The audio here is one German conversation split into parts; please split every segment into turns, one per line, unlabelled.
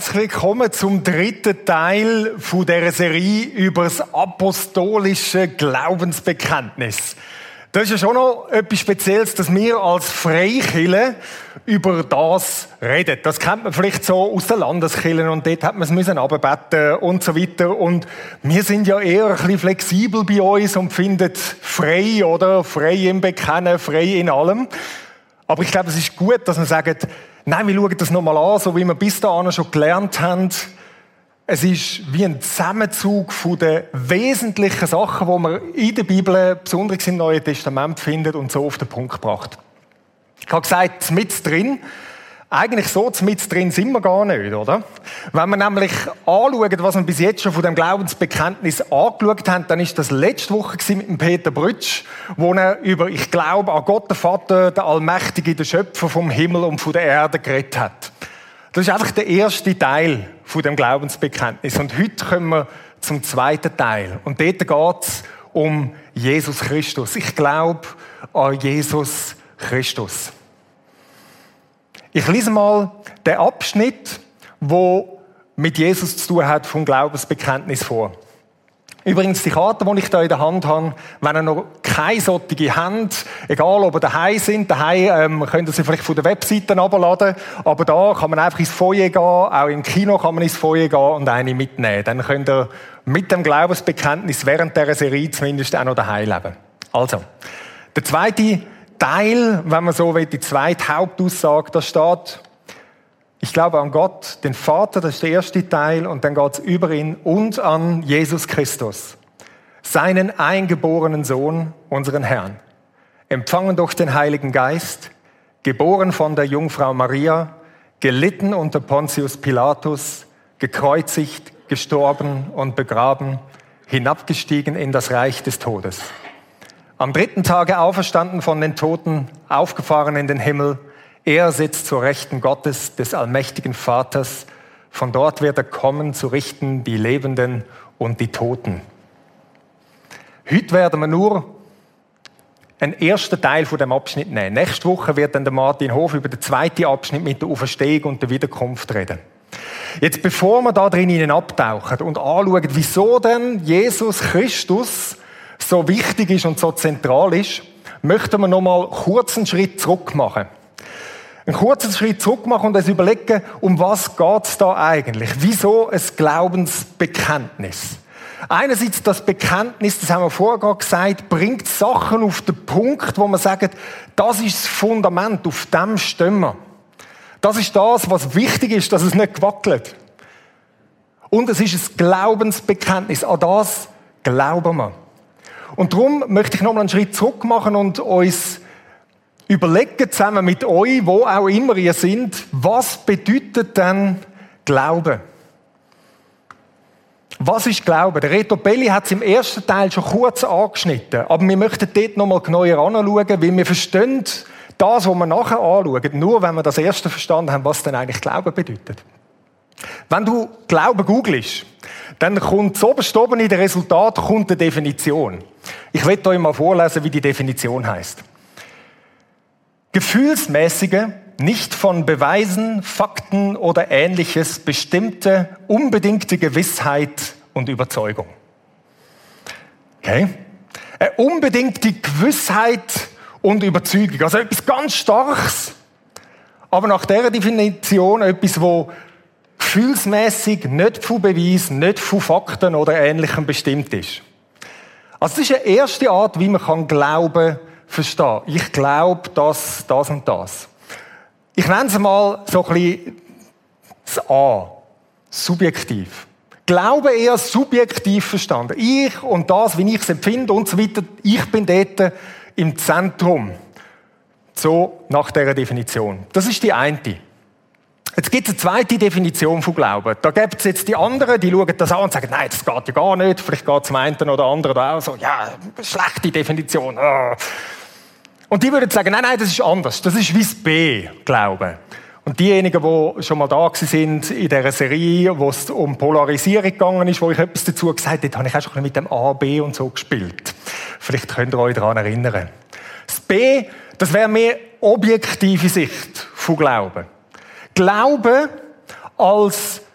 Herzlich willkommen zum dritten Teil von dieser Serie über das apostolische Glaubensbekenntnis. Das ist ja schon noch etwas Spezielles, dass wir als Freikirche über das reden. Das kennt man vielleicht so aus den Landeskirchen und dort hat man es müssen runterbeten und so weiter. Und wir sind ja eher ein bisschen flexibel bei uns und finden frei, oder? Frei im Bekennen, frei in allem. Aber ich glaube, es ist gut, dass wir sagen, nein, wir schauen das nochmal an, so wie wir bis dahin schon gelernt haben. Es ist wie ein Zusammenzug von den wesentlichen Sachen, die man in der Bibel, besonders im Neuen Testament, findet und so auf den Punkt gebracht. Ich habe gesagt, mit drin. Eigentlich so mit drin sind wir gar nicht, oder? Wenn wir nämlich anschauen, was wir bis jetzt schon von dem Glaubensbekenntnis angeschaut haben, dann ist das letzte Woche mit dem Peter Brütsch, wo er über «Ich glaube an Gott, den Vater, den Allmächtigen, den Schöpfer vom Himmel und von der Erde» geredet hat. Das ist einfach der erste Teil von dem Glaubensbekenntnis. Und heute kommen wir zum zweiten Teil. Und dort geht es um Jesus Christus. Ich glaube an Jesus Christus. Ich lese mal den Abschnitt, der mit Jesus zu tun hat, vom Glaubensbekenntnis vor. Übrigens, die Karte, die ich hier in der Hand habe, wenn ihr noch keine solche habt, egal ob ihr daheim sind, könnt ihr sie vielleicht von der Webseite herunterladen, aber da kann man einfach ins Foyer gehen, auch im Kino kann man ins Foyer gehen und eine mitnehmen. Dann könnt ihr mit dem Glaubensbekenntnis während dieser Serie zumindest auch noch daheim leben. Also, der zweite Teil, wenn man so will, die zweite Hauptaussage, da steht, ich glaube an Gott, den Vater, das ist der erste Teil, und dann geht es über ihn, und an Jesus Christus, seinen eingeborenen Sohn, unseren Herrn, empfangen durch den Heiligen Geist, geboren von der Jungfrau Maria, gelitten unter Pontius Pilatus, gekreuzigt, gestorben und begraben, hinabgestiegen in das Reich des Todes. Am dritten Tage auferstanden von den Toten, aufgefahren in den Himmel. Er sitzt zur Rechten Gottes, des allmächtigen Vaters. Von dort wird er kommen, zu richten die Lebenden und die Toten. Heute werden wir nur einen ersten Teil von dem Abschnitt nehmen. Nächste Woche wird dann der Martin Hof über den zweiten Abschnitt mit der Auferstehung und der Wiederkunft reden. Jetzt, bevor wir da drin abtauchen und anschauen, wieso denn Jesus Christus so wichtig ist und so zentral ist, möchten wir noch mal kurz einen Schritt zurück machen. Einen kurzen Schritt zurück machen und uns überlegen, um was geht es da eigentlich? Wieso ein Glaubensbekenntnis? Einerseits das Bekenntnis, das haben wir vorher gerade gesagt, bringt Sachen auf den Punkt, wo man sagt, das ist das Fundament, auf dem stehen wir. Das ist das, was wichtig ist, dass es nicht gewackelt. Und es ist ein Glaubensbekenntnis, an das glauben wir. Und darum möchte ich nochmal einen Schritt zurück machen und uns überlegen, zusammen mit euch, wo auch immer ihr seid, was bedeutet denn Glauben? Was ist Glauben? Der Reto Belli hat es im ersten Teil schon kurz angeschnitten, aber wir möchten dort nochmal genauer anschauen, weil wir verstehen das, was wir nachher anschauen, nur wenn wir das erste verstanden haben, was denn eigentlich Glauben bedeutet. Wenn du Glauben googelst, dann kommt so oben in den Resultat kommt eine Definition. Ich werde euch mal vorlesen, wie die Definition heißt. Gefühlsmäßige, nicht von Beweisen, Fakten oder Ähnliches bestimmte, unbedingte Gewissheit und Überzeugung. Okay? Eine unbedingte Gewissheit und Überzeugung. Also etwas ganz Starkes, aber nach dieser Definition etwas, wo gefühlsmäßig nicht von Beweisen, nicht von Fakten oder Ähnlichem bestimmt ist. Also das ist eine erste Art, wie man Glauben verstehen kann. Ich glaube, das und das. Ich nenne es mal so ein bisschen das A. Subjektiv. Glaube eher subjektiv verstanden. Ich und das, wie ich es empfinde und so weiter, ich bin dort im Zentrum. So nach dieser Definition. Das ist die eine. Jetzt gibt es eine zweite Definition von Glauben. Da gibt es jetzt die anderen, die schauen das an und sagen, nein, das geht ja gar nicht. Vielleicht geht es zum einen oder anderen auch so, ja, schlechte Definition. Und die würden sagen, nein, das ist anders. Das ist wie das B, Glauben. Und diejenigen, die schon mal da sind in dieser Serie, wo es um Polarisierung gegangen ist, wo ich etwas dazu gesagt habe, dort habe ich auch schon mit dem A, B und so gespielt. Vielleicht könnt ihr euch daran erinnern. Das B, das wäre mehr objektive Sicht von Glauben. Glaube als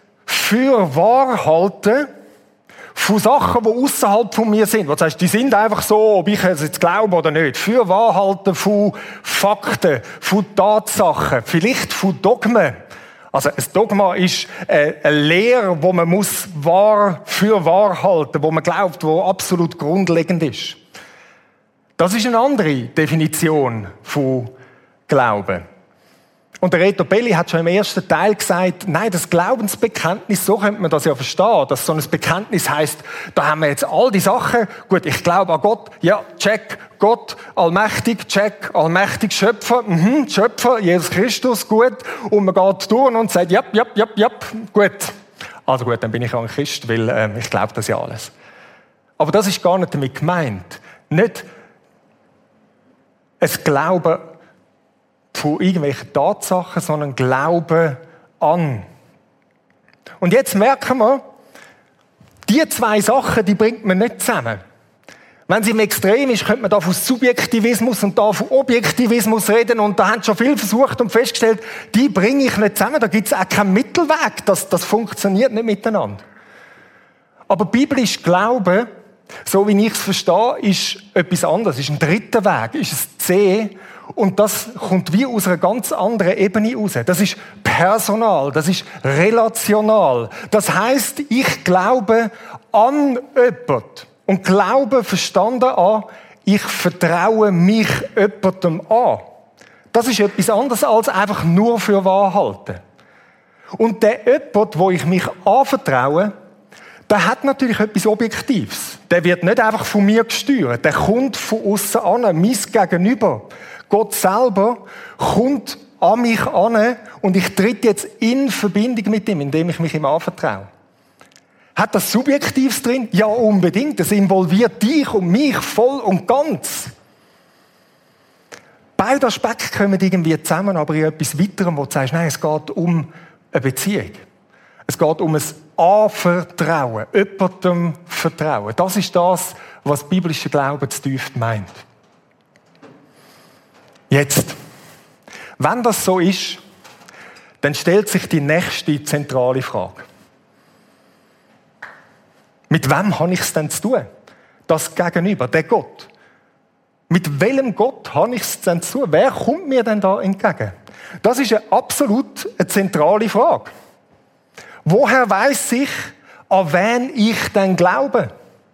für wahr halte von Sachen, die außerhalb von mir sind. Was heißt, die sind einfach so, ob ich es jetzt glaube oder nicht. Für wahr halten von Fakten, von Tatsachen, vielleicht von Dogmen. Also ein Dogma ist eine Lehre, wo man muss für wahr halten, wo man glaubt, wo absolut grundlegend ist. Das ist eine andere Definition von Glauben. Und der Reto Belli hat schon im ersten Teil gesagt, nein, das Glaubensbekenntnis, so könnte man das ja verstehen, dass so ein Bekenntnis heisst, da haben wir jetzt all die Sachen, gut, ich glaube an Gott, ja, check, Gott, allmächtig, check, allmächtig, Schöpfer, Schöpfer, Jesus Christus, gut, und man geht durch und sagt, ja, gut. Also gut, dann bin ich auch ein Christ, weil ich glaube das ja alles. Aber das ist gar nicht damit gemeint. Nicht ein Glauben von irgendwelchen Tatsachen, sondern Glauben an. Und jetzt merken wir, die zwei Sachen, die bringt man nicht zusammen. Wenn es im Extrem ist, könnte man da von Subjektivismus und da von Objektivismus reden und da haben schon viel versucht und festgestellt, die bringe ich nicht zusammen, da gibt es auch keinen Mittelweg, das funktioniert nicht miteinander. Aber biblisch Glauben, so wie ich es verstehe, ist etwas anderes, ist ein dritter Weg, ist ein C. Und das kommt wie aus einer ganz anderen Ebene raus. Das ist personal, das ist relational. Das heisst, ich glaube an jemanden. Und Glaube verstanden an, ich vertraue mich jemandem an. Das ist etwas anderes als einfach nur für wahr halten. Und der jemand, wo ich mich anvertraue, der hat natürlich etwas Objektives. Der wird nicht einfach von mir gesteuert. Der kommt von außen an, mein Gegenüber. Gott selber kommt an mich an und ich trete jetzt in Verbindung mit ihm, indem ich mich ihm anvertraue. Hat das Subjektives drin? Ja, unbedingt. Das involviert dich und mich voll und ganz. Beide Aspekte kommen irgendwie zusammen, aber in etwas weiterem, wo du sagst, nein, es geht um eine Beziehung. Es geht um ein Anvertrauen, jemandem vertrauen. Das ist das, was biblischer Glaube zutiefst meint. Jetzt, wenn das so ist, dann stellt sich die nächste zentrale Frage. Mit wem habe ich es denn zu tun? Das Gegenüber, der Gott. Mit welchem Gott habe ich es denn zu tun? Wer kommt mir denn da entgegen? Das ist absolut eine zentrale Frage. Woher weiss ich, an wen ich denn glaube?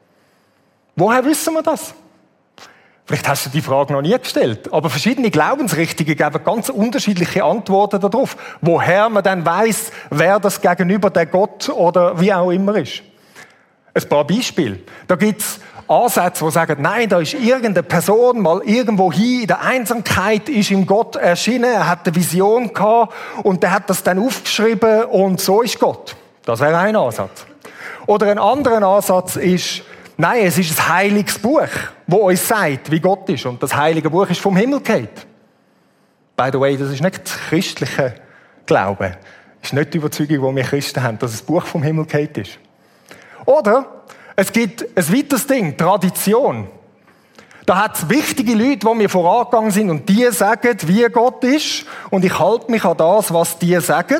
Woher wissen wir das? Vielleicht hast du die Frage noch nie gestellt, aber verschiedene Glaubensrichtungen geben ganz unterschiedliche Antworten darauf, woher man dann weiss, wer das Gegenüber der Gott oder wie auch immer ist. Ein paar Beispiele. Da gibt's Ansätze, die sagen, nein, da ist irgendeine Person mal irgendwo hin in der Einsamkeit, ist ihm Gott erschienen, er hat eine Vision gehabt und der hat das dann aufgeschrieben und so ist Gott. Das wäre ein Ansatz. Oder ein anderer Ansatz ist, nein, es ist ein heiliges Buch, das uns sagt, wie Gott ist. Und das heilige Buch ist vom Himmel gefallen. By the way, das ist nicht das christliche Glaube. Das ist nicht die Überzeugung, die wir Christen haben, dass das Buch vom Himmel gefallen ist. Oder es gibt ein weiteres Ding, Tradition. Da hat es wichtige Leute, die mir vorangegangen sind und die sagen, wie Gott ist. Und ich halte mich an das, was die sagen.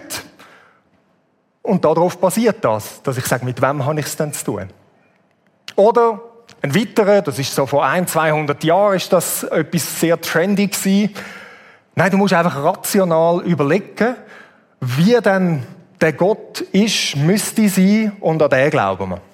Und darauf basiert das, dass ich sage, mit wem habe ich es denn zu tun? Oder ein weiterer, das ist so vor 100-200 Jahren, ist das etwas sehr trendy gewesen. Nein, du musst einfach rational überlegen, wie denn der Gott ist, müsste sein und an den glauben wir.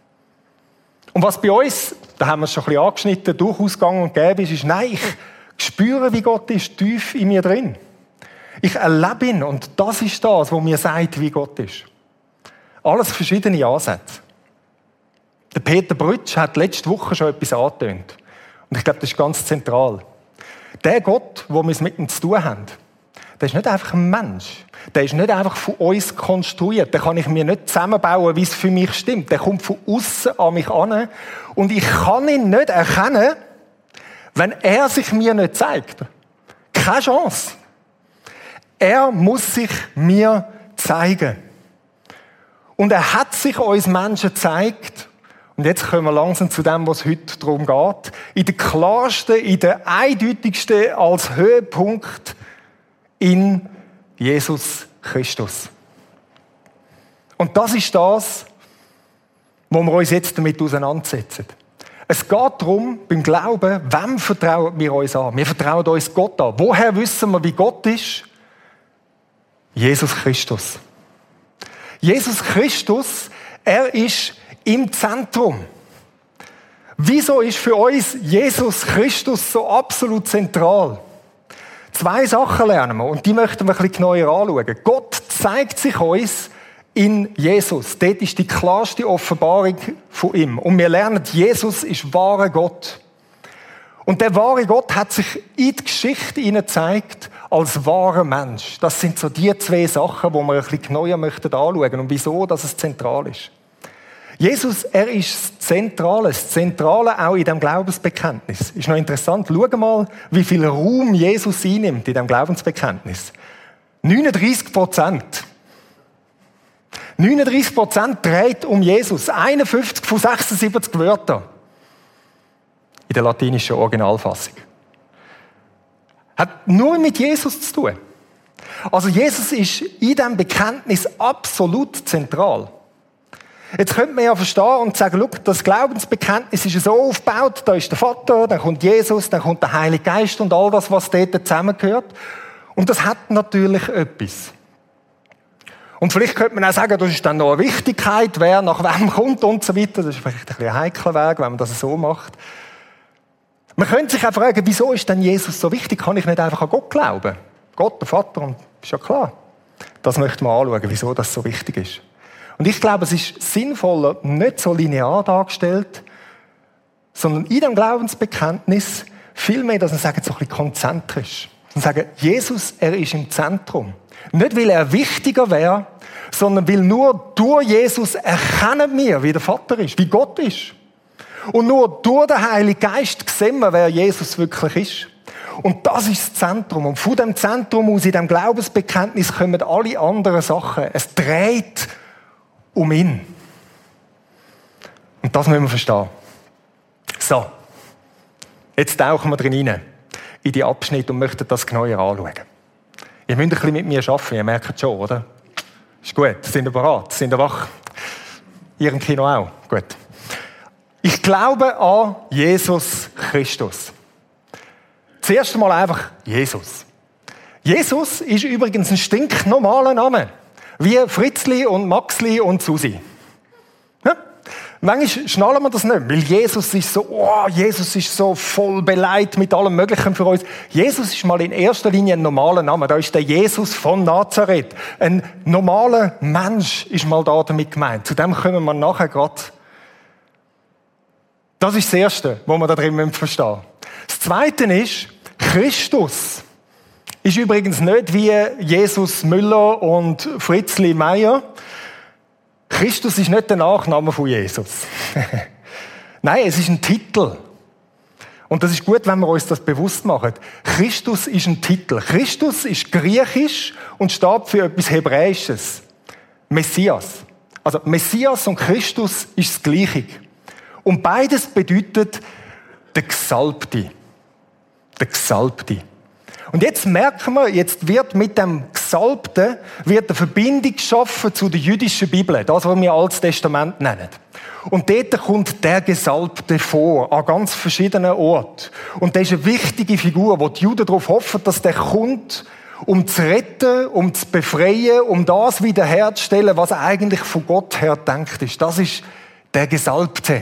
Und was bei uns, da haben wir es schon ein bisschen angeschnitten, durchaus gang und gäbe ist, nein, ich spüre, wie Gott ist, tief in mir drin. Ich erlebe ihn und das ist das, was mir sagt, wie Gott ist. Alles verschiedene Ansätze. Der Peter Brütsch hat letzte Woche schon etwas angetönt. Und ich glaube, das ist ganz zentral. Der Gott, wo wir es mit ihm zu tun haben, der ist nicht einfach ein Mensch. Der ist nicht einfach von uns konstruiert. Den kann ich mir nicht zusammenbauen, wie es für mich stimmt. Der kommt von außen an mich an. Und ich kann ihn nicht erkennen, wenn er sich mir nicht zeigt. Keine Chance. Er muss sich mir zeigen. Und er hat sich uns Menschen gezeigt. Und jetzt kommen wir langsam zu dem, was heute darum geht. In der klarsten, in der eindeutigsten als Höhepunkt in Jesus Christus. Und das ist das, wo wir uns jetzt damit auseinandersetzen. Es geht darum, beim Glauben, wem vertrauen wir uns an? Wir vertrauen uns Gott an. Woher wissen wir, wie Gott ist? Jesus Christus. Jesus Christus, er ist im Zentrum. Wieso ist für uns Jesus Christus so absolut zentral? 2 Sachen lernen wir und die möchten wir ein bisschen genauer anschauen. Gott zeigt sich uns in Jesus. Dort ist die klarste Offenbarung von ihm. Und wir lernen, Jesus ist wahrer Gott. Und der wahre Gott hat sich in die Geschichte gezeigt als wahrer Mensch. Das sind so die 2 Sachen, die wir ein bisschen genauer anschauen möchten und wieso dass es zentral ist. Jesus, er ist das Zentrale auch in diesem Glaubensbekenntnis. Ist noch interessant, schau mal, wie viel Raum Jesus einnimmt in diesem Glaubensbekenntnis. 39%. 39% dreht um Jesus. 51 von 76 Wörtern. In der latinischen Originalfassung. Hat nur mit Jesus zu tun. Also Jesus ist in diesem Bekenntnis absolut zentral. Jetzt könnte man ja verstehen und sagen, schau, das Glaubensbekenntnis ist so aufgebaut, da ist der Vater, dann kommt Jesus, dann kommt der Heilige Geist und all das, was dort zusammengehört. Und das hat natürlich etwas. Und vielleicht könnte man auch sagen, das ist dann noch eine Wichtigkeit, wer nach wem kommt und so weiter. Das ist vielleicht ein bisschen ein heikler Weg, wenn man das so macht. Man könnte sich auch fragen, wieso ist denn Jesus so wichtig? Kann ich nicht einfach an Gott glauben? Gott, der Vater, und ist ja klar. Das möchten wir anschauen, wieso das so wichtig ist. Und ich glaube, es ist sinnvoller, nicht so linear dargestellt, sondern in dem Glaubensbekenntnis vielmehr, dass wir sagen, so ein bisschen konzentrisch. Und sagen, Jesus, er ist im Zentrum. Nicht, weil er wichtiger wäre, sondern weil nur durch Jesus erkennen wir, wie der Vater ist, wie Gott ist. Und nur durch den Heiligen Geist sehen wir, wer Jesus wirklich ist. Und das ist das Zentrum. Und von dem Zentrum aus, in dem Glaubensbekenntnis, kommen alle anderen Sachen. Es dreht um ihn. Und das müssen wir verstehen. So. Jetzt tauchen wir drin rein. In die Abschnitte und möchten das genauer anschauen. Ihr müsst ein bisschen mit mir arbeiten, ihr merkt es schon, oder? Ist gut, sind ihr bereit, sind ihr wach? Ihr im Kino auch? Gut. Ich glaube an Jesus Christus. Zuerst einmal einfach Jesus. Jesus ist übrigens ein stinknormaler Name. Wie Fritzli und Maxli und Susi. Ja? Manchmal schnallen wir das nicht, weil Jesus ist so voll beleidigt mit allem Möglichen für uns. Jesus ist mal in erster Linie ein normaler Name. Da ist der Jesus von Nazareth. Ein normaler Mensch ist mal da damit gemeint. Zu dem kommen wir nachher gerade. Das ist das Erste, was wir da drin verstehen müssen. Das Zweite ist, Christus ist übrigens nicht wie Jesus Müller und Fritzli Meier. Christus ist nicht der Nachname von Jesus. Nein, es ist ein Titel. Und das ist gut, wenn wir uns das bewusst machen. Christus ist ein Titel. Christus ist griechisch und steht für etwas Hebräisches. Messias. Also Messias und Christus ist das Gleiche. Und beides bedeutet der Gesalbte. Der Gesalbte. Und jetzt merken wir, jetzt wird mit dem Gesalbten eine Verbindung geschaffen zu der jüdischen Bibel, das, was wir Altes Testament nennen. Und dort kommt der Gesalbte vor, an ganz verschiedenen Orten. Und das ist eine wichtige Figur, wo die Juden darauf hoffen, dass der kommt, um zu retten, um zu befreien, um das wiederherzustellen, was eigentlich von Gott her gedacht ist. Das ist der Gesalbte.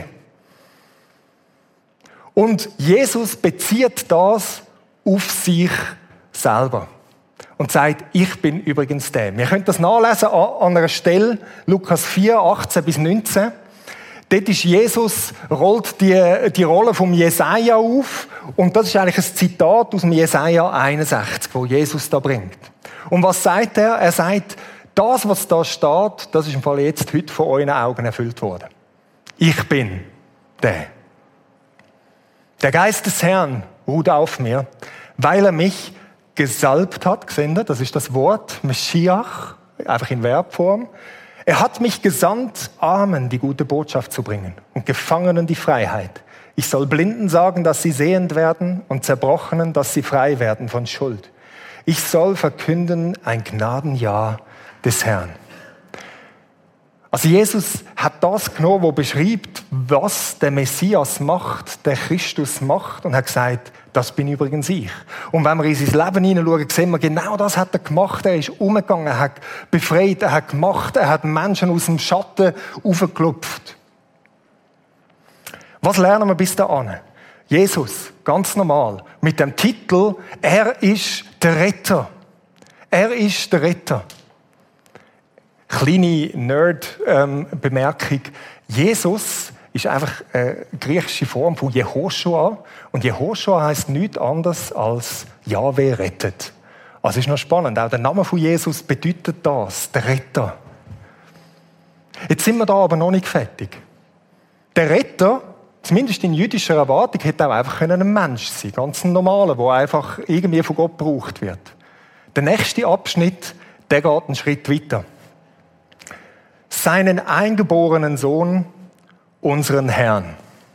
Und Jesus bezieht das auf sich selber und sagt, ich bin übrigens der. Wir können das nachlesen an einer Stelle, Lukas 4, 18 bis 19. Dort ist Jesus, rollt die Rolle vom Jesaja auf und das ist eigentlich ein Zitat aus dem Jesaja 61, wo Jesus da bringt. Und was sagt er? Er sagt, das, was da steht, das ist im Fall jetzt heute vor euren Augen erfüllt worden. Ich bin der. Der Geist des Herrn ruht auf mir, weil er mich gesalbt hat, gesendet, das ist das Wort, Meschiach, einfach in Verbform. Er hat mich gesandt, Armen die gute Botschaft zu bringen und Gefangenen die Freiheit. Ich soll Blinden sagen, dass sie sehend werden und Zerbrochenen, dass sie frei werden von Schuld. Ich soll verkünden ein Gnadenjahr des Herrn. Also Jesus hat das genommen, was beschreibt, was der Messias macht, der Christus macht, und hat gesagt, das bin übrigens ich. Und wenn wir in sein Leben hineinschauen, sehen wir, genau das hat er gemacht. Er ist umgegangen, er hat befreit, er hat gemacht, er hat Menschen aus dem Schatten aufgeklopft. Was lernen wir bis dahin? Jesus, ganz normal, mit dem Titel, er ist der Retter. Er ist der Retter. Kleine Nerd-Bemerkung. Jesus ist einfach eine griechische Form von Jehoshua. Und Jehoshua heisst nichts anderes als Jahwe rettet. Also ist noch spannend. Auch der Name von Jesus bedeutet das, der Retter. Jetzt sind wir da aber noch nicht fertig. Der Retter, zumindest in jüdischer Erwartung, hätte auch einfach ein Mensch sein können. Ganz ein normaler, der einfach irgendwie von Gott gebraucht wird. Der nächste Abschnitt, der geht einen Schritt weiter. Seinen eingeborenen Sohn, unseren Herrn.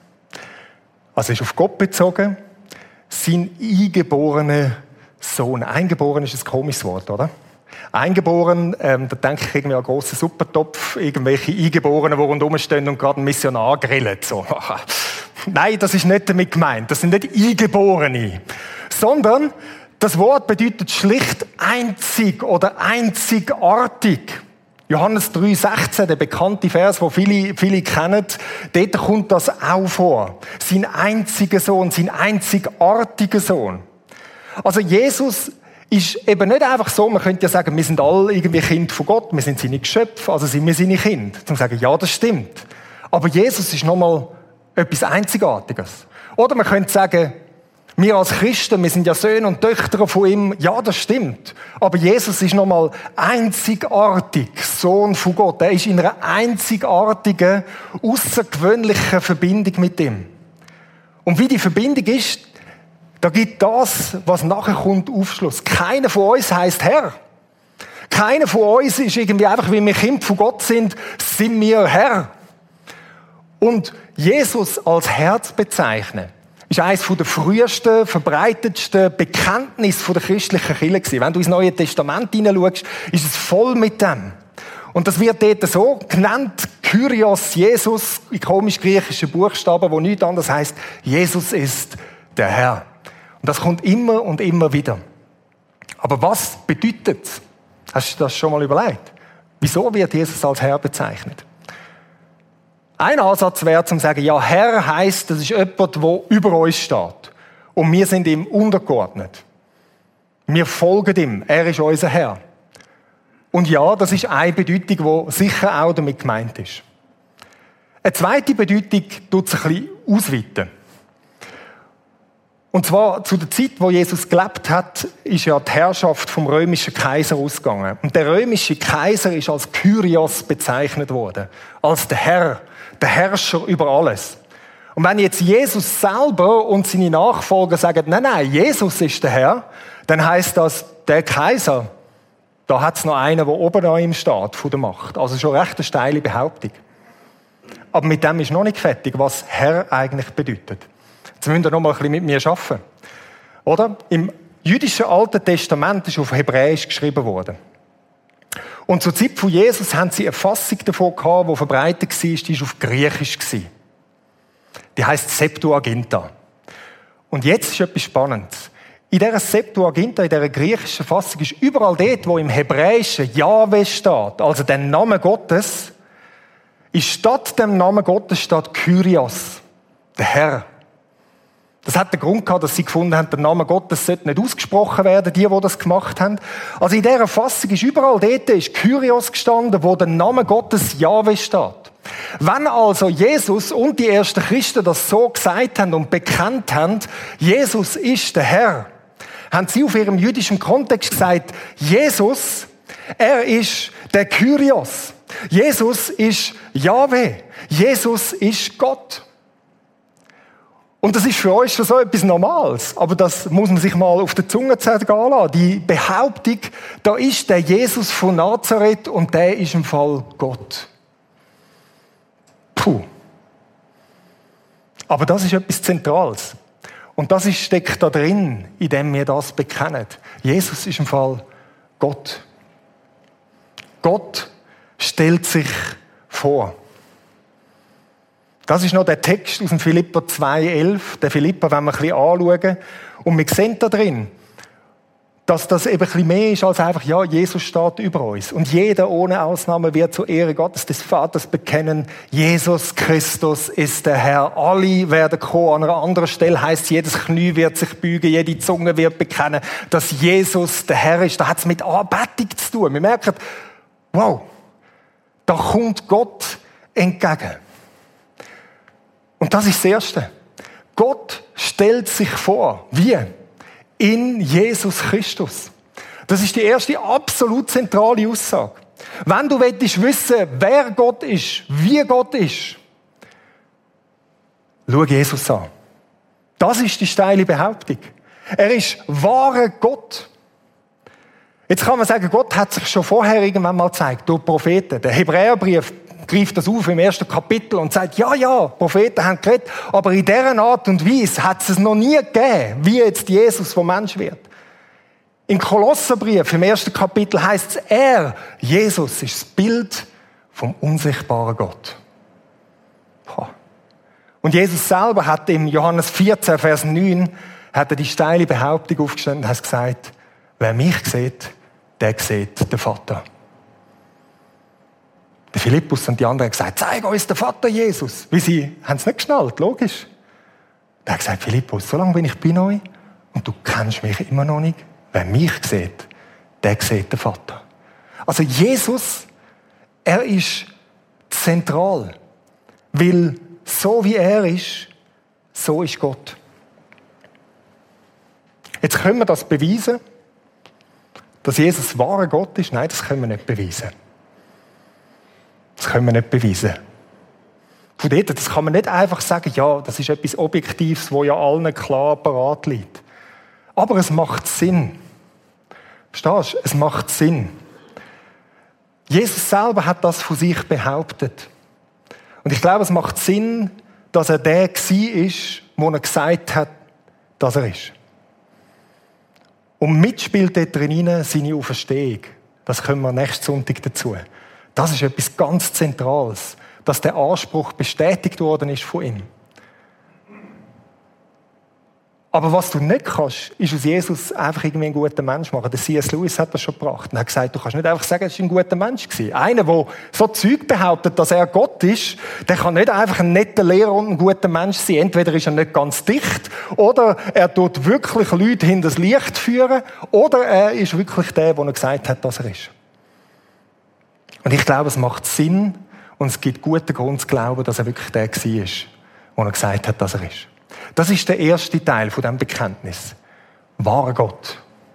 Also ist auf Gott bezogen, sein eingeborener Sohn. Eingeboren ist ein komisches Wort, oder? Eingeboren, da denke ich irgendwie an einen grossen Supertopf, irgendwelche Eingeborenen, die rundherum stehen und gerade einen Missionar grillen. So. Nein, das ist nicht damit gemeint. Das sind nicht Eingeborene. Sondern das Wort bedeutet schlicht einzig oder einzigartig. Johannes 3,16, der bekannte Vers, den viele kennen, dort kommt das auch vor. Sein einziger Sohn, sein einzigartiger Sohn. Also Jesus ist eben nicht einfach so, man könnte ja sagen, wir sind alle irgendwie Kinder von Gott, wir sind seine Geschöpfe, also sind wir seine Kinder. Zum sagen, ja, das stimmt. Aber Jesus ist nochmal etwas Einzigartiges. Oder man könnte sagen, wir als Christen, wir sind ja Söhne und Töchter von ihm. Ja, das stimmt. Aber Jesus ist nochmal einzigartig, Sohn von Gott. Er ist in einer einzigartigen, außergewöhnlichen Verbindung mit ihm. Und wie die Verbindung ist, da gibt das, was nachher kommt, Aufschluss. Keiner von uns heisst Herr. Keiner von uns ist irgendwie einfach, wie wir Kind von Gott sind wir Herr. Und Jesus als Herr zu bezeichnen, ist eines der frühesten, verbreitetsten Bekenntnisse der christlichen Kirche gewesen. Wenn du ins Neue Testament hineinschaust, ist es voll mit dem. Und das wird dort so genannt, Kyrios, Jesus, in komisch-griechischen Buchstaben, wo nichts anderes heisst, Jesus ist der Herr. Und das kommt immer und immer wieder. Aber was bedeutet es? Hast du das schon mal überlegt? Wieso wird Jesus als Herr bezeichnet? Ein Ansatz wäre, zu sagen, ja, Herr heisst, das ist jemand, der über uns steht. Und wir sind ihm untergeordnet. Wir folgen ihm. Er ist unser Herr. Und ja, das ist eine Bedeutung, die sicher auch damit gemeint ist. Eine zweite Bedeutung tut sich ein bisschen ausweiten. Und zwar zu der Zeit, wo Jesus gelebt hat, ist ja die Herrschaft vom römischen Kaiser ausgegangen. Und der römische Kaiser ist als Kyrios bezeichnet worden. Als der Herr, der Herrscher über alles. Und wenn jetzt Jesus selber und seine Nachfolger sagen, nein, Jesus ist der Herr, dann heisst das, der Kaiser, da hat es noch einen, der oben an ihm steht, von der Macht. Also schon recht eine steile Behauptung. Aber mit dem ist noch nicht fertig, was Herr eigentlich bedeutet. Jetzt müsst ihr noch mal ein bisschen mit mir arbeiten. Oder? Im jüdischen Alten Testament ist auf Hebräisch geschrieben worden. Und zur Zeit von Jesus haben sie eine Fassung davon gehabt, die verbreitet war, die war auf Griechisch. Die heisst Septuaginta. Und jetzt ist etwas Spannendes. In dieser Septuaginta, in dieser griechischen Fassung, ist überall dort, wo im Hebräischen Jahwe steht, also der Name Gottes, ist statt dem Namen Gottes steht Kyrios, der Herr. Das hat den Grund gehabt, dass sie gefunden haben, der Name Gottes sollte nicht ausgesprochen werden, die das gemacht haben. Also in dieser Fassung ist überall dort ist Kyrios gestanden, wo der Name Gottes Jahwe steht. Wenn also Jesus und die ersten Christen das so gesagt haben und bekannt haben, Jesus ist der Herr, haben sie auf ihrem jüdischen Kontext gesagt, Jesus, er ist der Kyrios. Jesus ist Jahwe. Jesus ist Gott. Und das ist für uns schon so etwas Normales. Aber das muss man sich mal auf der Zunge zergehen lassen. Die Behauptung, da ist der Jesus von Nazareth und der ist im Fall Gott. Puh. Aber das ist etwas Zentrales. Und das steckt da drin, in dem wir das bekennen. Jesus ist im Fall Gott. Gott stellt sich vor. Das ist noch der Text aus dem Philipper 2,11. Der Philipper, wenn wir ein bisschen anschauen. Und wir sehen da drin, dass das eben ein bisschen mehr ist als einfach, ja, Jesus steht über uns. Und jeder ohne Ausnahme wird zur Ehre Gottes des Vaters bekennen, Jesus Christus ist der Herr. Alle werden kommen. An einer anderen Stelle heisst es, jedes Knie wird sich beugen, jede Zunge wird bekennen, dass Jesus der Herr ist. Da hat es mit Anbetung zu tun. Wir merken, wow, da kommt Gott entgegen. Und das ist das Erste. Gott stellt sich vor. Wie? In Jesus Christus. Das ist die erste absolut zentrale Aussage. Wenn du wissen willst, wer Gott ist, wie Gott ist, schau Jesus an. Das ist die steile Behauptung. Er ist wahrer Gott. Jetzt kann man sagen, Gott hat sich schon vorher irgendwann mal gezeigt, durch Propheten. Der Hebräerbrief greift das auf im 1. Kapitel und sagt, ja, Propheten haben geredet, aber in dieser Art und Weise hat es noch nie gegeben, wie jetzt Jesus, der Mensch wird. Im Kolosserbrief, im 1. Kapitel heißt es, Jesus, ist das Bild vom unsichtbaren Gott. Und Jesus selber hat im Johannes 14, Vers 9, hat er die steile Behauptung aufgestellt und hat gesagt, wer mich sieht, der sieht den Vater. Der Philippus und die anderen haben gesagt, zeig uns den Vater Jesus. Weil sie haben es nicht geschnallt, logisch. Er hat gesagt, Philippus, so lange bin ich bei euch und du kennst mich immer noch nicht. Wer mich sieht, der sieht den Vater. Also Jesus, er ist zentral. Weil so wie er ist, so ist Gott. Jetzt können wir das beweisen, dass Jesus wahrer Gott ist. Nein, das können wir nicht beweisen. Das können wir nicht beweisen. Von dort, das kann man nicht einfach sagen, ja, das ist etwas Objektives, wo ja allen klar parat liegt. Aber es macht Sinn. Verstehst du? Es macht Sinn. Jesus selber hat das von sich behauptet. Und ich glaube, es macht Sinn, dass er der war, wo er gesagt hat, dass er ist. Und mitspielt dort drin seine Auferstehung. Das können wir nächsten Sonntag dazu. Das ist etwas ganz Zentrales, dass der Anspruch bestätigt worden ist von ihm. Aber was du nicht kannst, ist aus Jesus einfach irgendwie einen guten Mensch machen. Der C.S. Lewis hat das schon gebracht. Er hat gesagt, du kannst nicht einfach sagen, er war ein guter Mensch gewesen. Einer, der so Zeug behauptet, dass er Gott ist, der kann nicht einfach ein netter Lehrer und ein guter Mensch sein. Entweder ist er nicht ganz dicht, oder er tut wirklich Leute hinter das Licht führen, oder er ist wirklich der, der gesagt hat, dass er ist. Und ich glaube, es macht Sinn und es gibt guten Grund zu glauben, dass er wirklich der war, der er gesagt hat, dass er ist. Das ist der erste Teil von diesem Bekenntnis. Wahrer Gott.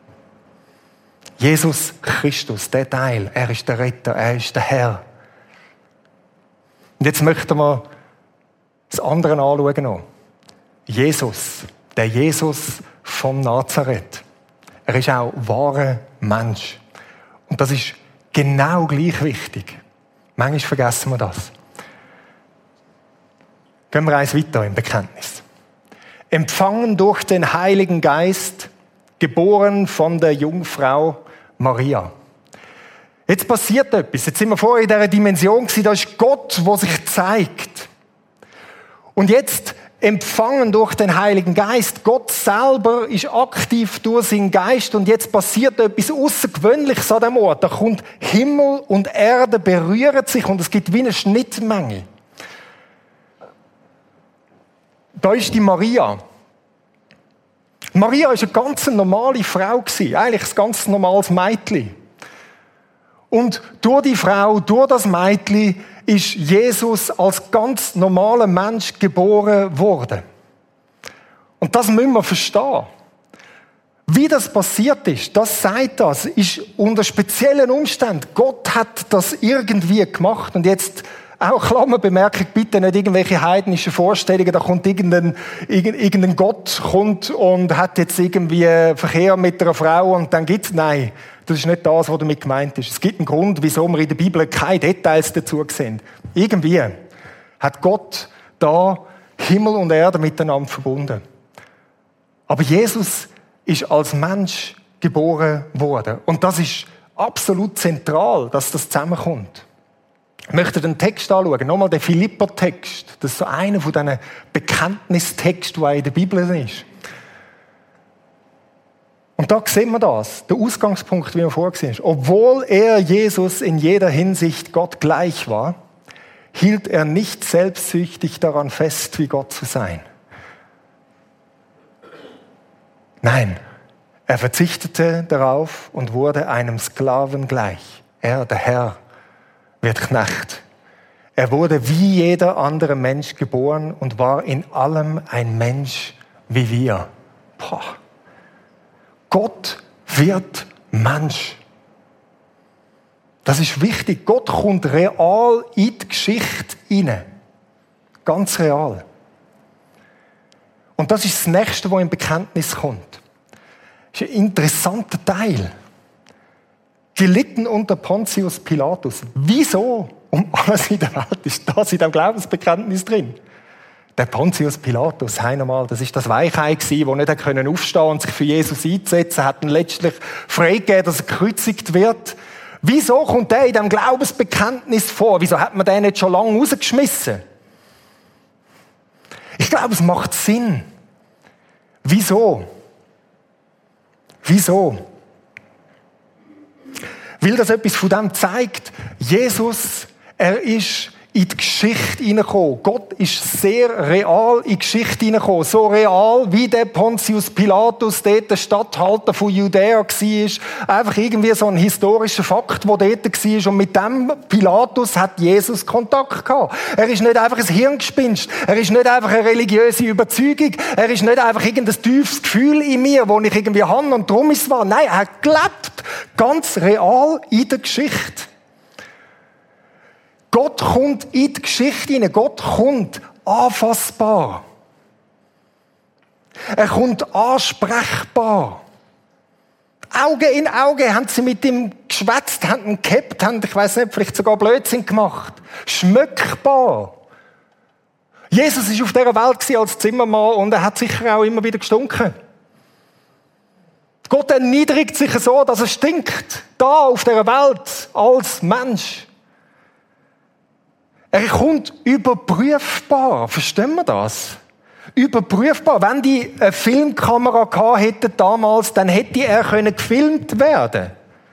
Jesus Christus, der Teil, er ist der Retter, er ist der Herr. Und jetzt möchten wir das andere anschauen noch. Jesus, der Jesus von Nazareth. Er ist auch wahrer Mensch. Und das ist genau gleich wichtig. Manchmal vergessen wir das. Gehen wir eins weiter im Bekenntnis. Empfangen durch den Heiligen Geist, geboren von der Jungfrau Maria. Jetzt passiert etwas. Jetzt sind wir vorher in dieser Dimension gewesen, da ist Gott, der sich zeigt. Und jetzt empfangen durch den Heiligen Geist. Gott selber ist aktiv durch seinen Geist und jetzt passiert etwas Außergewöhnliches an dem Ort. Da kommt Himmel und Erde berühren sich und es gibt wie eine Schnittmenge. Da ist die Maria. Maria war eine ganz normale Frau, eigentlich ein ganz normales Mädchen. Und durch die Frau, durch das Mädchen, ist Jesus als ganz normaler Mensch geboren worden. Und das müssen wir verstehen. Wie das passiert ist, das sagt das, ist unter speziellen Umständen. Gott hat das irgendwie gemacht und jetzt auch Klammerbemerkung, bitte nicht irgendwelche heidnischen Vorstellungen, da kommt irgendein Gott kommt und hat jetzt irgendwie Verkehr mit einer Frau und dann gibt's, nein, das ist nicht das, was damit gemeint ist. Es gibt einen Grund, wieso wir in der Bibel keine Details dazu sehen. Irgendwie hat Gott da Himmel und Erde miteinander verbunden. Aber Jesus ist als Mensch geboren worden und das ist absolut zentral, dass das zusammenkommt. Ich möchte den Text anschauen, nochmal den Philipper-Text. Das ist so einer von diesen Bekenntnistexten, der in der Bibel ist. Und da sehen wir das, der Ausgangspunkt, wie er vorgesehen ist. Obwohl er Jesus in jeder Hinsicht Gott gleich war, hielt er nicht selbstsüchtig daran fest, wie Gott zu sein. Nein, er verzichtete darauf und wurde einem Sklaven gleich. Er, der Herr, wird Knecht. Er wurde wie jeder andere Mensch geboren und war in allem ein Mensch wie wir. Boah. Gott wird Mensch. Das ist wichtig. Gott kommt real in die Geschichte hinein. Ganz real. Und das ist das Nächste, was im Bekenntnis kommt. Das ist ein interessanter Teil. Gelitten unter Pontius Pilatus. Wieso um alles in der Welt ist das in dem Glaubensbekenntnis drin? Der Pontius Pilatus, einmal, das ist das Weichei gewesen, der nicht aufstehen konnte und sich für Jesus einzusetzen, hat ihn letztlich freigegeben, dass er gekreuzigt wird. Wieso kommt der in dem Glaubensbekenntnis vor? Wieso hat man den nicht schon lange rausgeschmissen? Ich glaube, es macht Sinn. Wieso? Wieso? Weil das etwas von dem zeigt. Jesus, er ist in die Geschichte hineingekommen. Gott ist sehr real in die Geschichte hineingekommen. So real, wie der Pontius Pilatus, dort der Statthalter von Judäa war. Einfach irgendwie so ein historischer Fakt, der dort war. Und mit dem Pilatus hat Jesus Kontakt gehabt. Er ist nicht einfach ein Hirngespinst. Er ist nicht einfach eine religiöse Überzeugung. Er ist nicht einfach irgendein tiefes Gefühl in mir, das ich irgendwie habe und darum ist es wahr. Nein, er hat gelebt. Ganz real in der Geschichte. Gott kommt in die Geschichte hinein. Gott kommt anfassbar. Er kommt ansprechbar. Auge in Auge haben sie mit ihm geschwätzt, haben ihn gehabt, haben, ich weiss nicht, vielleicht sogar Blödsinn gemacht. Schmöckbar. Jesus war auf dieser Welt als Zimmermann und er hat sicher auch immer wieder gestunken. Gott erniedrigt sich so, dass er stinkt. Da auf dieser Welt als Mensch. Er kommt überprüfbar. Verstehen wir das? Überprüfbar. Wenn die eine Filmkamera gehabt hätten damals, dann hätte er gefilmt werden.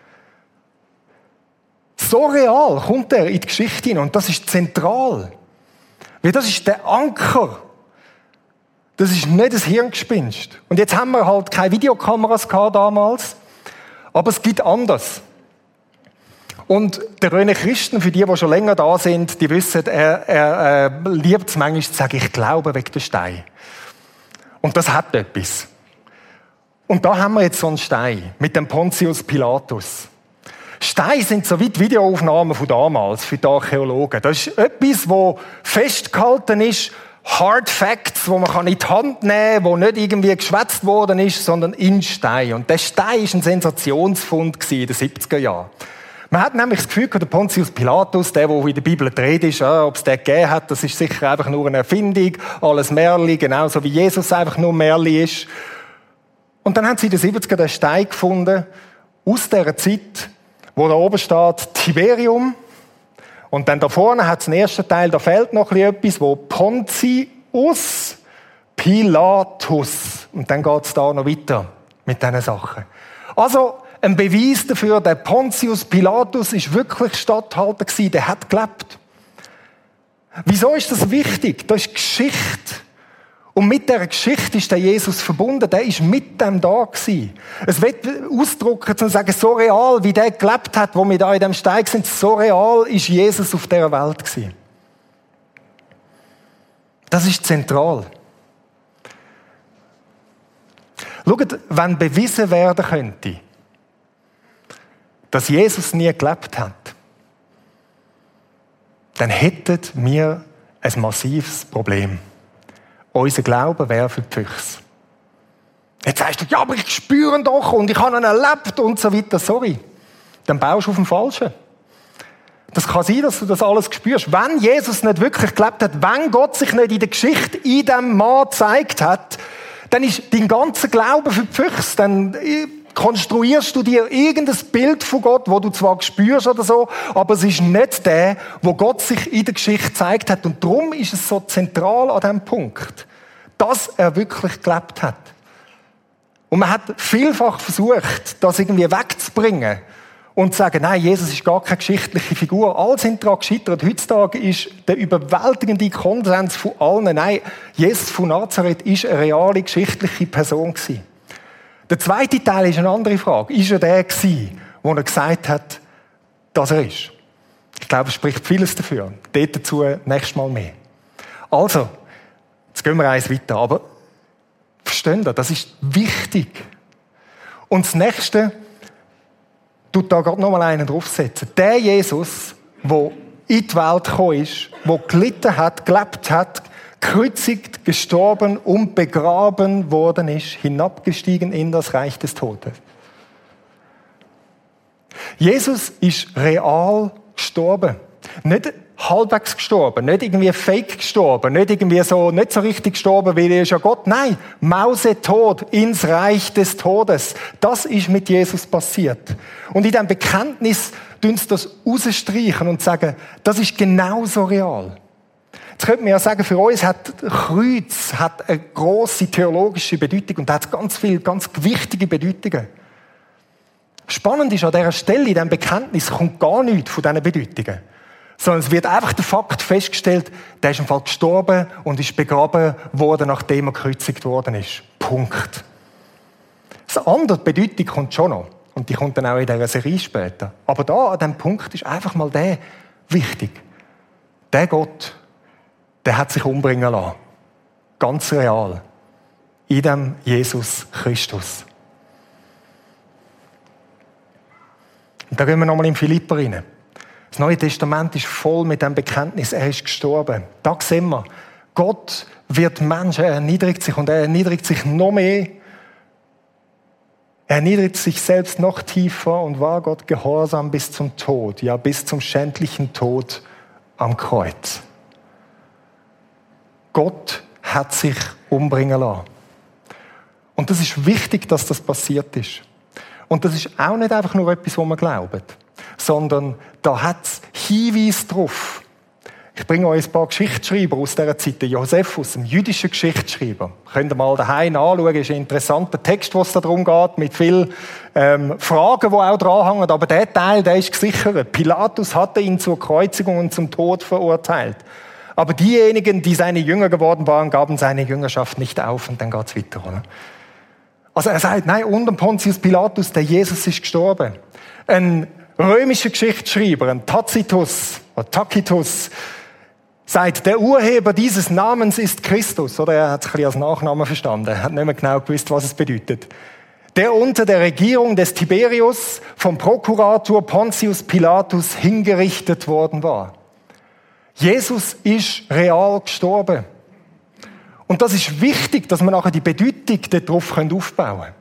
So real kommt er in die Geschichte hinein. Und das ist zentral. Weil das ist der Anker. Das ist nicht das Hirngespinst. Und jetzt haben wir halt keine Videokameras gehabt damals. Aber es gibt anders. Und der René Christen, für die schon länger da sind, die wissen, er liebt es manchmal zu sagen, ich glaube wegen der Stein. Und das hat etwas. Und da haben wir jetzt so einen Stein mit dem Pontius Pilatus. Steine sind so wie die Videoaufnahmen von damals für die Archäologen. Das ist etwas, das festgehalten ist, Hard Facts, wo man in die Hand nehmen kann, wo nicht irgendwie geschwätzt worden ist, sondern in Stein. Und der Stein war ein Sensationsfund in den 70er Jahren. Man hat nämlich das Gefühl, der Pontius Pilatus, der in der Bibel die Rede ist, ob es den gegeben hat, das ist sicher einfach nur eine Erfindung, alles Märchen, genauso wie Jesus einfach nur Märchen ist. Und dann haben sie in den 70er den Stein gefunden, aus dieser Zeit, wo da oben steht Tiberium. Und dann da vorne hat es den ersten Teil, da fehlt noch etwas, wo Pontius Pilatus. Und dann geht es da noch weiter mit diesen Sachen. Also, ein Beweis dafür, der Pontius Pilatus ist wirklich Statthalter gewesen, der hat gelebt. Wieso ist das wichtig? Das ist Geschichte. Und mit dieser Geschichte ist der Jesus verbunden, der ist mit dem da gewesen. Es wird ausdrücken, zu sagen, so real, wie der gelebt hat, wo wir da in dem Stein sind, so real ist Jesus auf dieser Welt gewesen. Das ist zentral. Schaut, wenn bewiesen werden könnte, dass Jesus nie gelebt hat, dann hätten wir ein massives Problem. Unser Glaube wäre für die Füchse. Jetzt sagst du, ja, aber ich spüre ihn doch und ich habe ihn erlebt und so weiter. Sorry, dann baust du auf dem Falschen. Das kann sein, dass du das alles spürst. Wenn Jesus nicht wirklich gelebt hat, wenn Gott sich nicht in der Geschichte in diesem Mann gezeigt hat, dann ist dein ganzer Glaube für die Füchse. Dann konstruierst du dir irgendein Bild von Gott, wo du zwar spürst oder so, aber es ist nicht der, wo Gott sich in der Geschichte gezeigt hat. Und darum ist es so zentral an diesem Punkt, dass er wirklich gelebt hat. Und man hat vielfach versucht, das irgendwie wegzubringen und zu sagen, nein, Jesus ist gar keine geschichtliche Figur. Alle sind daran gescheitert. Heutzutage ist der überwältigende Konsens von allen, nein, Jesus von Nazareth ist eine reale geschichtliche Person gewesen. Der zweite Teil ist eine andere Frage. Ist er der gewesen, wo er gesagt hat, dass er ist? Ich glaube, es spricht vieles dafür. Dazu nächstes Mal mehr. Also, jetzt gehen wir eins weiter. Aber versteht ihr, das ist wichtig. Und das Nächste, tut da gerade noch mal einen draufsetzen. Der Jesus, der in die Welt gekommen ist, der gelitten hat, gelebt hat, gekreuzigt, gestorben und begraben worden ist, hinabgestiegen in das Reich des Todes. Jesus ist real gestorben. Nicht halbwegs gestorben, nicht irgendwie fake gestorben, nicht so richtig gestorben, weil er ist ja Gott. Nein, mausetot ins Reich des Todes. Das ist mit Jesus passiert. Und in diesem Bekenntnis tun sie das rausstreichen und sagen, das ist genauso real. Jetzt könnte man ja sagen, für uns hat Kreuz eine grosse theologische Bedeutung und hat ganz viele, ganz wichtige Bedeutungen. Spannend ist an dieser Stelle, in diesem Bekenntnis kommt gar nichts von diesen Bedeutungen. Sondern es wird einfach der Fakt festgestellt, der ist im Fall gestorben und ist begraben worden, nachdem er gekreuzigt worden ist. Punkt. Das andere Bedeutung kommt schon noch. Und die kommt dann auch in dieser Serie später. Aber da, an diesem Punkt, ist einfach mal der wichtig. Der Gott, der hat sich umbringen lassen. Ganz real. In dem Jesus Christus. Und da gehen wir nochmal in Philipper rein. Das Neue Testament ist voll mit dem Bekenntnis, er ist gestorben. Da sehen wir, Gott wird Menschen, er erniedrigt sich und er erniedrigt sich noch mehr. Er erniedrigt sich selbst noch tiefer und war Gott gehorsam bis zum Tod, ja bis zum schändlichen Tod am Kreuz. Gott hat sich umbringen lassen. Und das ist wichtig, dass das passiert ist. Und das ist auch nicht einfach nur etwas, was man glaubt, sondern da hat es Hinweise drauf. Ich bringe euch ein paar Geschichtsschreiber aus dieser Zeit. Josephus, ein jüdischer Geschichtsschreiber. Könnt ihr mal daheim anschauen. Ist ein interessanter Text, was es darum geht, mit vielen Fragen, die auch dranhängen. Aber der Teil, der ist gesichert. Pilatus hatte ihn zur Kreuzigung und zum Tod verurteilt. Aber diejenigen, die seine Jünger geworden waren, gaben seine Jüngerschaft nicht auf. Und dann geht es weiter. Oder? Also er sagt, nein, unter Pontius Pilatus, der Jesus ist gestorben. Ein römischer Geschichtsschreiber, ein Tacitus, sagt, der Urheber dieses Namens ist Christus. Oder er hat es ein bisschen als Nachname verstanden. Er hat nicht mehr genau gewusst, was es bedeutet. Der unter der Regierung des Tiberius vom Prokurator Pontius Pilatus hingerichtet worden war. Jesus ist real gestorben. Und das ist wichtig, dass wir nachher die Bedeutung darauf aufbauen können.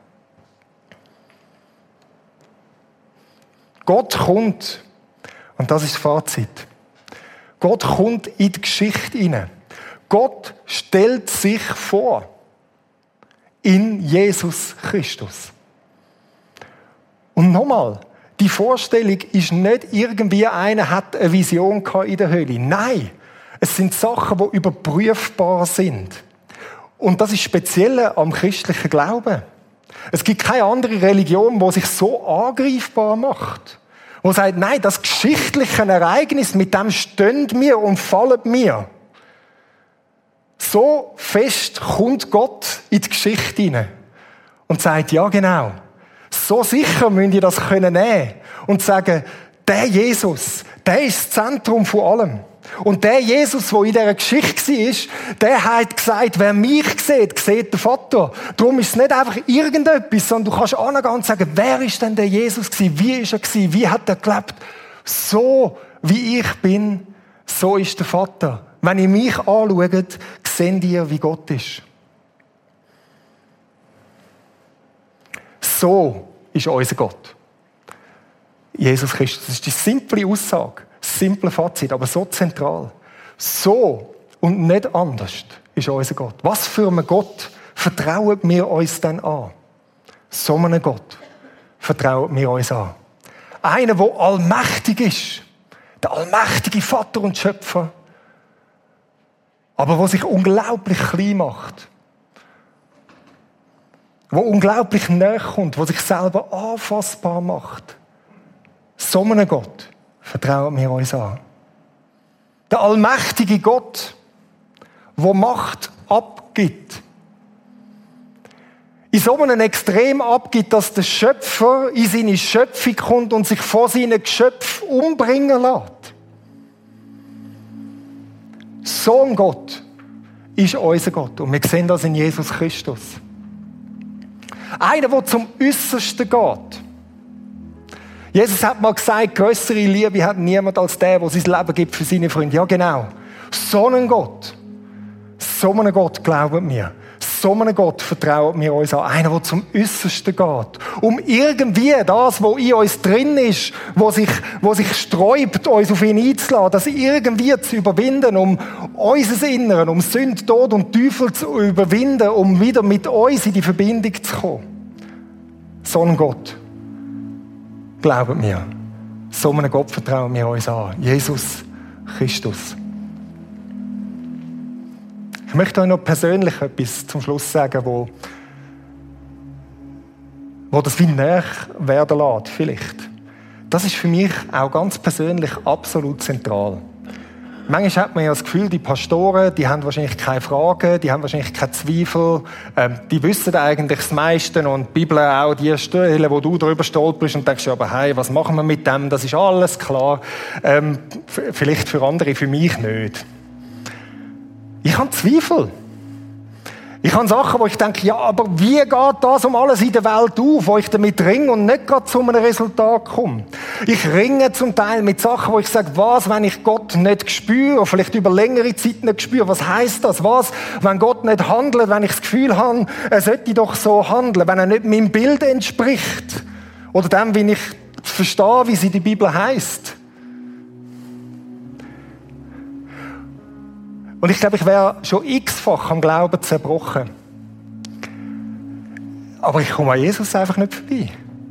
Gott kommt, und das ist das Fazit, Gott kommt in die Geschichte hinein. Gott stellt sich vor in Jesus Christus. Und nochmal, die Vorstellung ist nicht irgendwie, einer hat eine Vision in der Hölle. Nein, es sind Sachen, die überprüfbar sind. Und das ist speziell am christlichen Glauben. Es gibt keine andere Religion, die sich so angreifbar macht. Die sagt, nein, das geschichtliche Ereignis, mit dem stehen wir und fallen wir. So fest kommt Gott in die Geschichte hinein und sagt, ja genau, so sicher müsst ihr das nehmen können und sagen, der Jesus, der ist das Zentrum von allem. Und der Jesus, der in dieser Geschichte war, der hat gesagt, wer mich sieht, sieht den Vater. Darum ist es nicht einfach irgendetwas, sondern du kannst angehen und sagen, wer ist denn der Jesus gewesen? Wie ist er gewesen? Wie hat er gelebt? So wie ich bin, so ist der Vater. Wenn ihr mich anschaut, seht ihr, wie Gott ist. So ist unser Gott. Jesus Christus. Das ist die simple Aussage. Simple Fazit, aber so zentral. So und nicht anders ist unser Gott. Was für einen Gott vertrauen wir uns denn an? So einen Gott. vertrauen wir uns an. Einer, der allmächtig ist. Der allmächtige Vater und Schöpfer. Aber der sich unglaublich klein macht. Der unglaublich nahe kommt, der sich selber anfassbar macht. So einem Gott vertrauen wir uns an. Der allmächtige Gott, der Macht abgibt. In so einem Extrem abgibt, dass der Schöpfer in seine Schöpfung kommt und sich vor seinen Geschöpfen umbringen lässt. So ein Gott ist unser Gott. Und wir sehen das in Jesus Christus. Einer, der zum Äußersten geht. Jesus hat mal gesagt, grössere Liebe hat niemand als der sein Leben gibt für seine Freunde. Ja, genau. So einen Gott glauben wir. So einem Gott vertrauen wir uns an. Einer, der zum Äußersten geht. Um irgendwie das, was in uns drin ist, wo sich sträubt, uns auf ihn einzulassen, das irgendwie zu überwinden, um unser Inneren, um Sünde, Tod und Teufel zu überwinden, um wieder mit uns in die Verbindung zu kommen. So einen Gott glauben wir. So einem Gott vertrauen wir uns an. Jesus Christus. Ich möchte euch noch persönlich etwas zum Schluss sagen, wo das wie näher werden lässt, vielleicht. Das ist für mich auch ganz persönlich absolut zentral. Manchmal hat man ja das Gefühl, die Pastoren, die haben wahrscheinlich keine Fragen, die haben wahrscheinlich keine Zweifel, die wissen eigentlich das meiste und die Bibel auch die Stellen, wo du drüber stolperst und denkst, aber hey, was machen wir mit dem? Das ist alles klar. Vielleicht für andere, für mich nicht. Ich habe Zweifel. Ich habe Sachen, wo ich denke, ja, aber wie geht das um alles in der Welt auf, wo ich damit ringe und nicht gerade zu einem Resultat komme? Ich ringe zum Teil mit Sachen, wo ich sage, was, wenn ich Gott nicht spüre, vielleicht über längere Zeit nicht spüre, was heisst das? Was, wenn Gott nicht handelt, wenn ich das Gefühl habe, er sollte doch so handeln, wenn er nicht meinem Bild entspricht? Oder dem, wie ich verstehe, wie es in der Bibel heisst? Und ich glaube, ich wäre schon x-fach am Glauben zerbrochen. Aber ich komme an Jesus einfach nicht vorbei.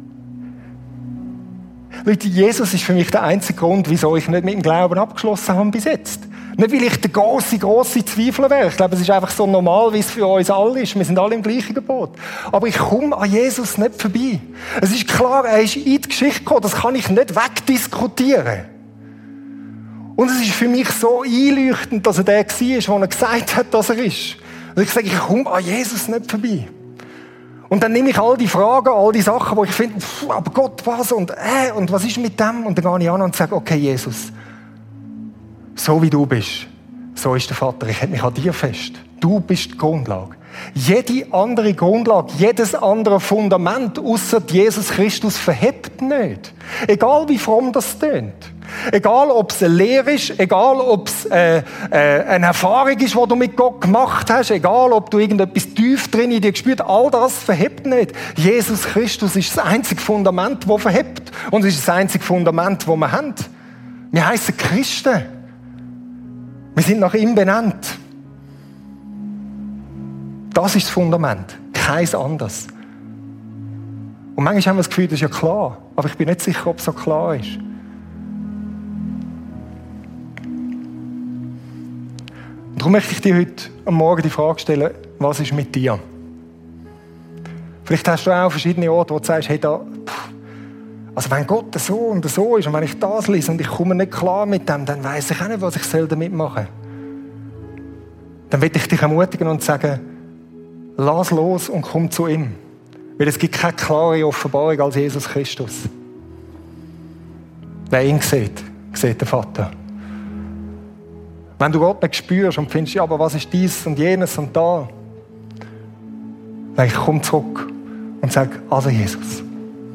Leute, Jesus ist für mich der einzige Grund, wieso ich nicht mit dem Glauben abgeschlossen habe bis jetzt. Nicht, weil ich der grosse Zweifler wäre. Ich glaube, es ist einfach so normal, wie es für uns alle ist. Wir sind alle im gleichen Boot. Aber ich komme an Jesus nicht vorbei. Es ist klar, er ist in die Geschichte gekommen. Das kann ich nicht wegdiskutieren. Und es ist für mich so einleuchtend, dass er der war, der gesagt hat, dass er ist. Und ich sage, ich komme an Jesus nicht vorbei. Und dann nehme ich all die Fragen, all die Sachen, wo ich finde, aber Gott, was und was ist mit dem? Und dann gehe ich an und sage, okay, Jesus, so wie du bist, so ist der Vater. Ich halte mich an dir fest. Du bist die Grundlage. Jede andere Grundlage, jedes andere Fundament außer Jesus Christus verhebt nicht. Egal wie fromm das tönt. Egal, ob es eine Lehre ist, egal, ob es eine Erfahrung ist, die du mit Gott gemacht hast, egal, ob du irgendetwas tief drin in dir spürst, all das verhebt nicht. Jesus Christus ist das einzige Fundament, das verhebt. Und es ist das einzige Fundament, das wir haben. Wir heissen Christen. Wir sind nach ihm benannt. Das ist das Fundament. Kein anderes. Und manchmal haben wir das Gefühl, das ist ja klar. Aber ich bin nicht sicher, ob es so klar ist. Und darum möchte ich dir heute am Morgen die Frage stellen, was ist mit dir? Vielleicht hast du auch verschiedene Orte, wo du sagst, hey, also wenn Gott so und so ist und wenn ich das lese und ich komme nicht klar mit dem, dann weiss ich auch nicht, was ich damit machen soll. Dann will ich dich ermutigen und sagen, lass los und komm zu ihm. Weil es gibt keine klare Offenbarung als Jesus Christus. Wer ihn sieht, sieht den Vater. Wenn du Gott nicht spürst und findest, ja, aber was ist dies und jenes und da, dann komm zurück und sag, also Jesus,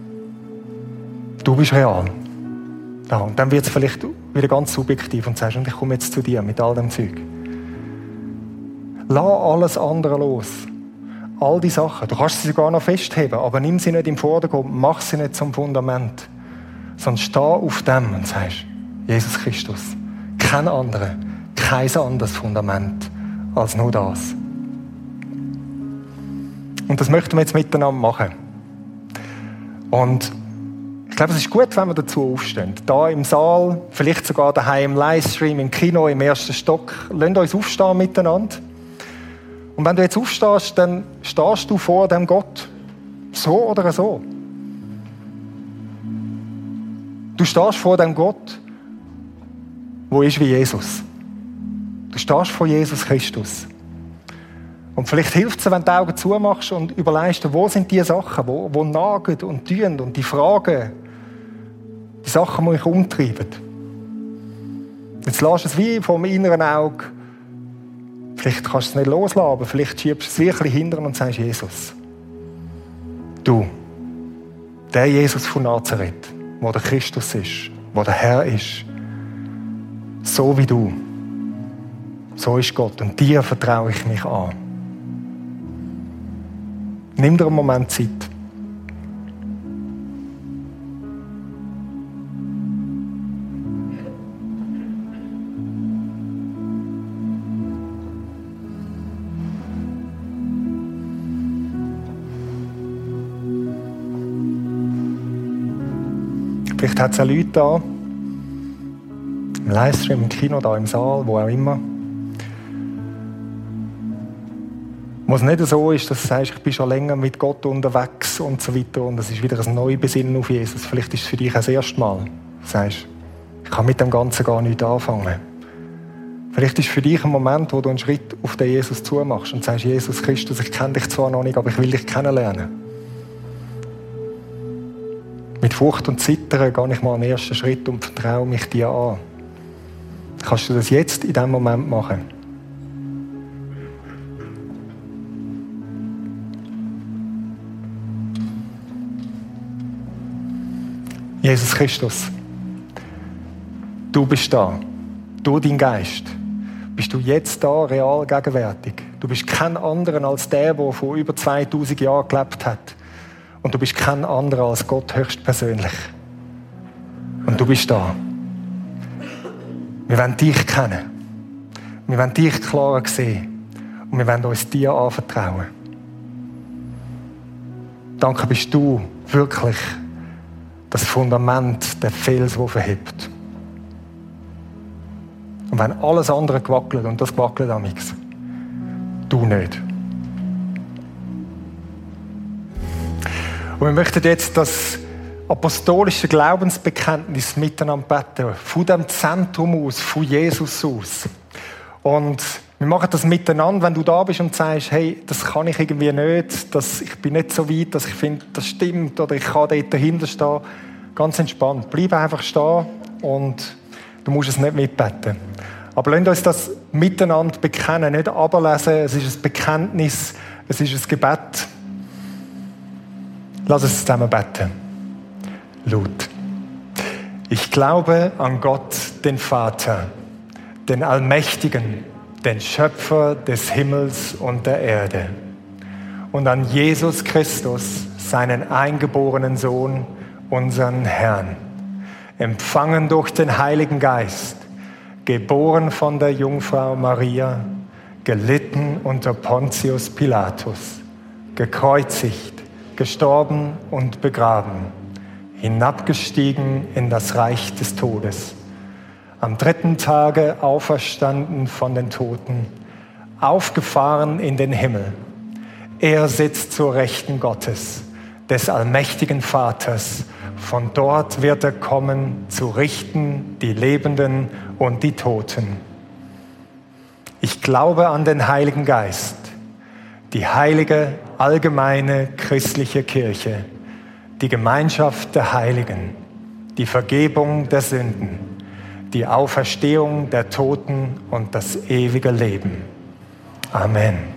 du bist real. Ja, und dann wird es vielleicht wieder ganz subjektiv und sagst, und ich komme jetzt zu dir mit all dem Zeug. Lass alles andere los. All die Sachen. Du kannst sie sogar noch festheben, aber nimm sie nicht im Vordergrund, mach sie nicht zum Fundament. Sondern steh auf dem und sagst, Jesus Christus, kein anderer, kein anderes Fundament als nur das. Und das möchten wir jetzt miteinander machen. Und ich glaube, es ist gut, wenn wir dazu aufstehen. Da im Saal, vielleicht sogar daheim im Livestream, im Kino, im ersten Stock. Lasst uns aufstehen miteinander. Und wenn du jetzt aufstehst, dann stehst du vor dem Gott. So oder so. Du stehst vor dem Gott, wo ist wie Jesus. Du stehst vor Jesus Christus. Und vielleicht hilft es, wenn du die Augen zumachst und überlegst, wo sind die Sachen, wo nagen und tun und die Fragen, die Sachen, die mich umtreiben. Jetzt lässt du es wie vom inneren Auge. Vielleicht kannst du es nicht loslassen, aber vielleicht schiebst du es wirklich hinter und sagst, Jesus, du, der Jesus von Nazareth, wo der Christus ist, wo der Herr ist, so wie du, so ist Gott und dir vertraue ich mich an. Nimm dir einen Moment Zeit. Vielleicht hat es auch Leute da, im Livestream, im Kino, da im Saal, wo auch immer, wo es nicht so ist, dass du sagst, ich bin schon länger mit Gott unterwegs und so weiter und es ist wieder ein Neubesinnen auf Jesus. Vielleicht ist es für dich das erste Mal. Du sagst, ich kann mit dem Ganzen gar nichts anfangen. Vielleicht ist es für dich ein Moment, wo du einen Schritt auf den Jesus zumachst und sagst, Jesus Christus, ich kenne dich zwar noch nicht, aber ich will dich kennenlernen. Mit Furcht und Zittern gehe ich mal einen ersten Schritt und vertraue mich dir an. Kannst du das jetzt in diesem Moment machen? Jesus Christus, du bist da. Durch deinen Geist bist du jetzt da, real gegenwärtig. Du bist kein anderer als der vor über 2000 Jahren gelebt hat. Und du bist kein anderer als Gott höchstpersönlich. Und du bist da. Wir wollen dich kennen. Wir wollen dich klarer sehen. Und wir wollen uns dir anvertrauen. Danke bist du wirklich das Fundament, der Fels, der verhebt. Und wenn alles andere gewackelt, und das gewackelt am X, du nicht. Und wir möchten jetzt das apostolische Glaubensbekenntnis miteinander beten, von dem Zentrum aus, von Jesus aus. Und wir machen das miteinander, wenn du da bist und sagst, hey, das kann ich irgendwie nicht, ich bin nicht so weit, dass ich finde, das stimmt, oder ich kann dort dahinter stehen. Ganz entspannt. Bleib einfach stehen und du musst es nicht mitbeten. Aber lasst uns das miteinander bekennen, nicht ablesen. Es ist ein Bekenntnis, es ist ein Gebet. Lass uns zusammen beten. Laut. Ich glaube an Gott, den Vater, den Allmächtigen, den Schöpfer des Himmels und der Erde. Und an Jesus Christus, seinen eingeborenen Sohn, unseren Herrn, empfangen durch den Heiligen Geist, geboren von der Jungfrau Maria, gelitten unter Pontius Pilatus, gekreuzigt, gestorben und begraben, hinabgestiegen in das Reich des Todes, am 3. Tage auferstanden von den Toten, aufgefahren in den Himmel. Er sitzt zur Rechten Gottes, des allmächtigen Vaters. Von dort wird er kommen, zu richten die Lebenden und die Toten. Ich glaube an den Heiligen Geist, die heilige, allgemeine christliche Kirche, die Gemeinschaft der Heiligen, die Vergebung der Sünden, die Auferstehung der Toten und das ewige Leben. Amen.